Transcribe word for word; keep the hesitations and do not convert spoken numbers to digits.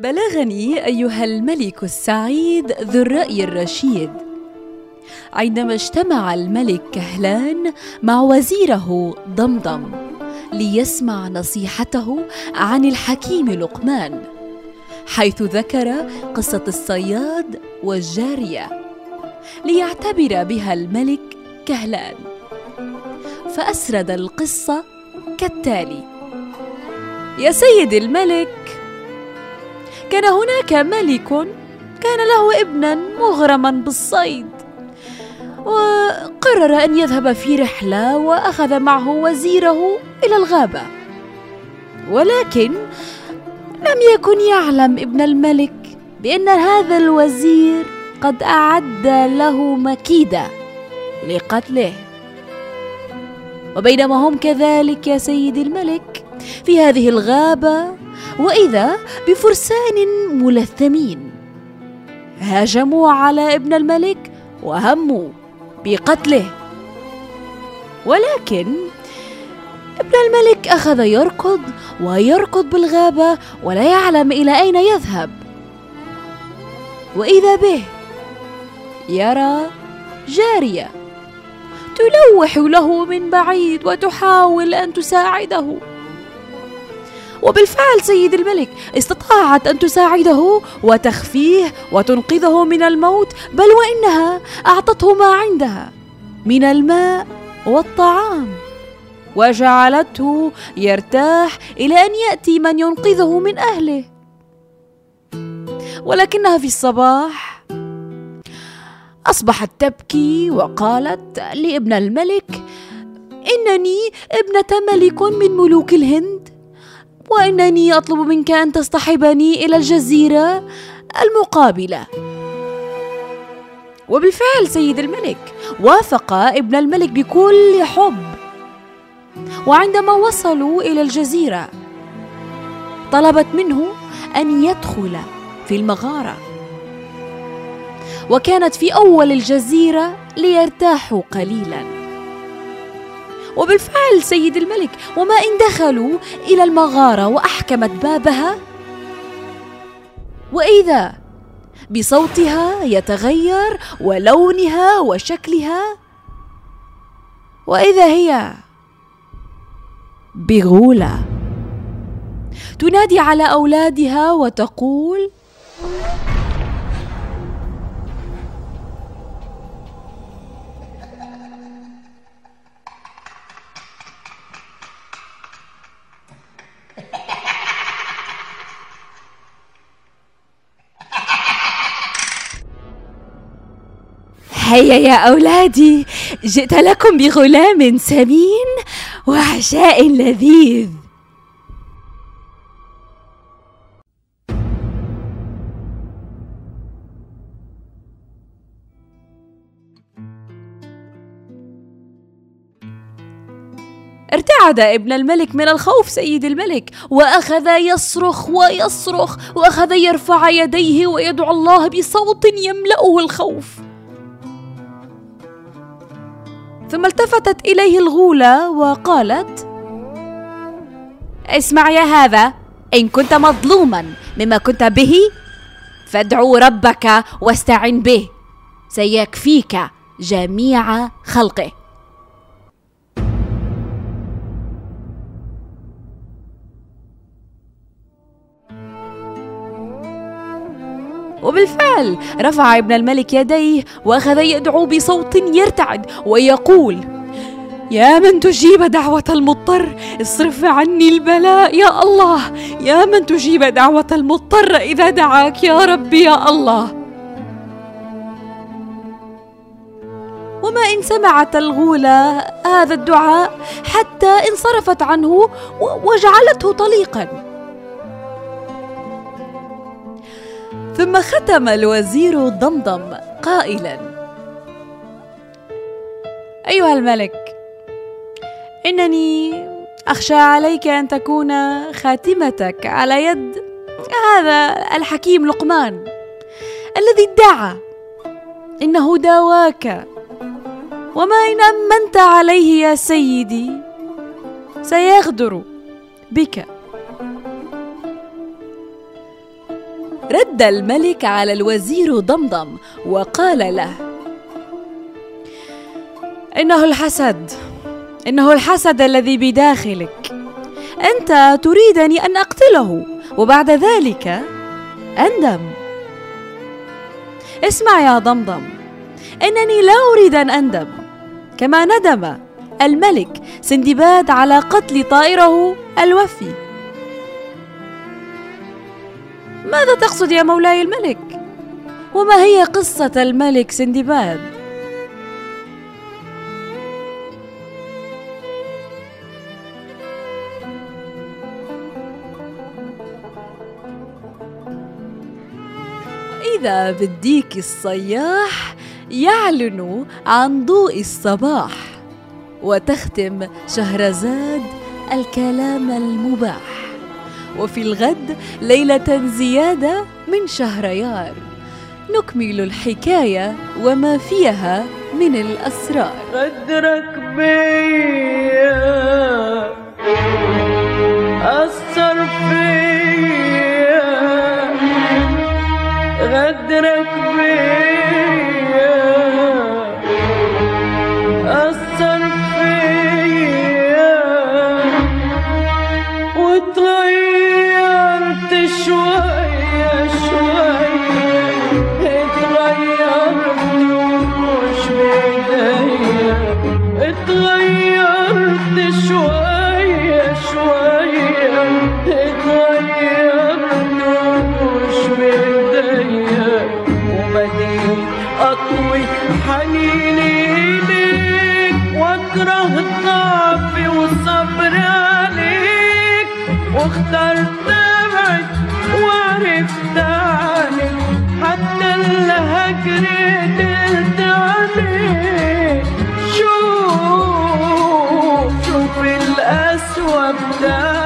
بلغني أيها الملك السعيد ذو الرأي الرشيد عندما اجتمع الملك كهلان مع وزيره ضمضم ليسمع نصيحته عن الحكيم لقمان، حيث ذكر قصة الصياد والجارية ليعتبر بها الملك كهلان. فأسرد القصة كالتالي: يا سيد الملك، كان هناك ملك كان له ابنا مغرما بالصيد، وقرر أن يذهب في رحلة وأخذ معه وزيره إلى الغابة. ولكن لم يكن يعلم ابن الملك بأن هذا الوزير قد أعد له مكيدة لقتله. وبينما هم كذلك يا سيد الملك في هذه الغابة، وإذا بفرسان ملثمين هاجموا على ابن الملك وهموا بقتله. ولكن ابن الملك أخذ يركض ويركض بالغابة ولا يعلم إلى أين يذهب، وإذا به يرى جارية تلوح له من بعيد وتحاول أن تساعده. وبالفعل سيد الملك استطاعت أن تساعده وتخفيه وتنقذه من الموت، بل وإنها أعطته ما عندها من الماء والطعام، وجعلته يرتاح إلى أن يأتي من ينقذه من أهله. ولكنها في الصباح أصبحت تبكي وقالت لابن الملك: إنني ابنة ملك من ملوك الهند، وإنني أطلب منك أن تصطحبني إلى الجزيرة المقابلة. وبالفعل سيد الملك وافق ابن الملك بكل حب، وعندما وصلوا إلى الجزيرة طلبت منه أن يدخل في المغارة، وكانت في أول الجزيرة ليرتاحوا قليلاً. وبالفعل سيد الملك وما إن دخلوا إلى المغارة وأحكمت بابها، وإذا بصوتها يتغير ولونها وشكلها، وإذا هي بغولة تنادي على أولادها وتقول: هيا يا أولادي، جئت لكم بغلام سمين وعشاء لذيذ. ارتعد ابن الملك من الخوف سيد الملك، وأخذ يصرخ ويصرخ، وأخذ يرفع يديه ويدعو الله بصوت يملأه الخوف. ثم التفتت إليه الغولة وقالت: اسمع يا هذا، إن كنت مظلوما مما كنت به فادعو ربك واستعن به، سيكفيك جميع خلقه. وبالفعل رفع ابن الملك يديه وأخذ يدعو بصوت يرتعد ويقول: يا من تجيب دعوة المضطر، اصرف عني البلاء يا الله، يا من تجيب دعوة المضطر إذا دعاك يا رب يا الله. وما إن سمعت الغولة هذا الدعاء حتى انصرفت عنه وجعلته طليقا. ثم ختم الوزير ضمضم قائلا: أيها الملك، إنني أخشى عليك أن تكون خاتمتك على يد هذا الحكيم لقمان الذي ادعى إنه داواك، وما إن أمنت عليه يا سيدي سيغدر بك. رد الملك على الوزير ضمضم وقال له: إنه الحسد، إنه الحسد الذي بداخلك. أنت تريدني أن أقتله وبعد ذلك أندم. اسمع يا ضمضم، إنني لا أريد أن أندم، كما ندم الملك سندباد على قتل طائره الوفي. ماذا تقصد يا مولاي الملك؟ وما هي قصة الملك سندباد؟ إذا بالديك الصياح يعلن عن ضوء الصباح، وتختم شهرزاد الكلام المباح، وفي الغد ليلة زيادة من شهريار نكمل الحكاية وما فيها من الأسرار. غدرك بيا أثر فيا، غدرك بيا أثر فيا، وتغيرت شوية شوية، اتغيرت ومش بإيديا، اتغيرت شوية شوية، اتغيرت ومش بإيديا، وبديت أطوي حنيني إليك، وأكره ضعفي وصبري عليك، واخترت أبعد وعرفت عنك، حتى الهجر قدرت عليه. شوف شوف القسوة بتاعتك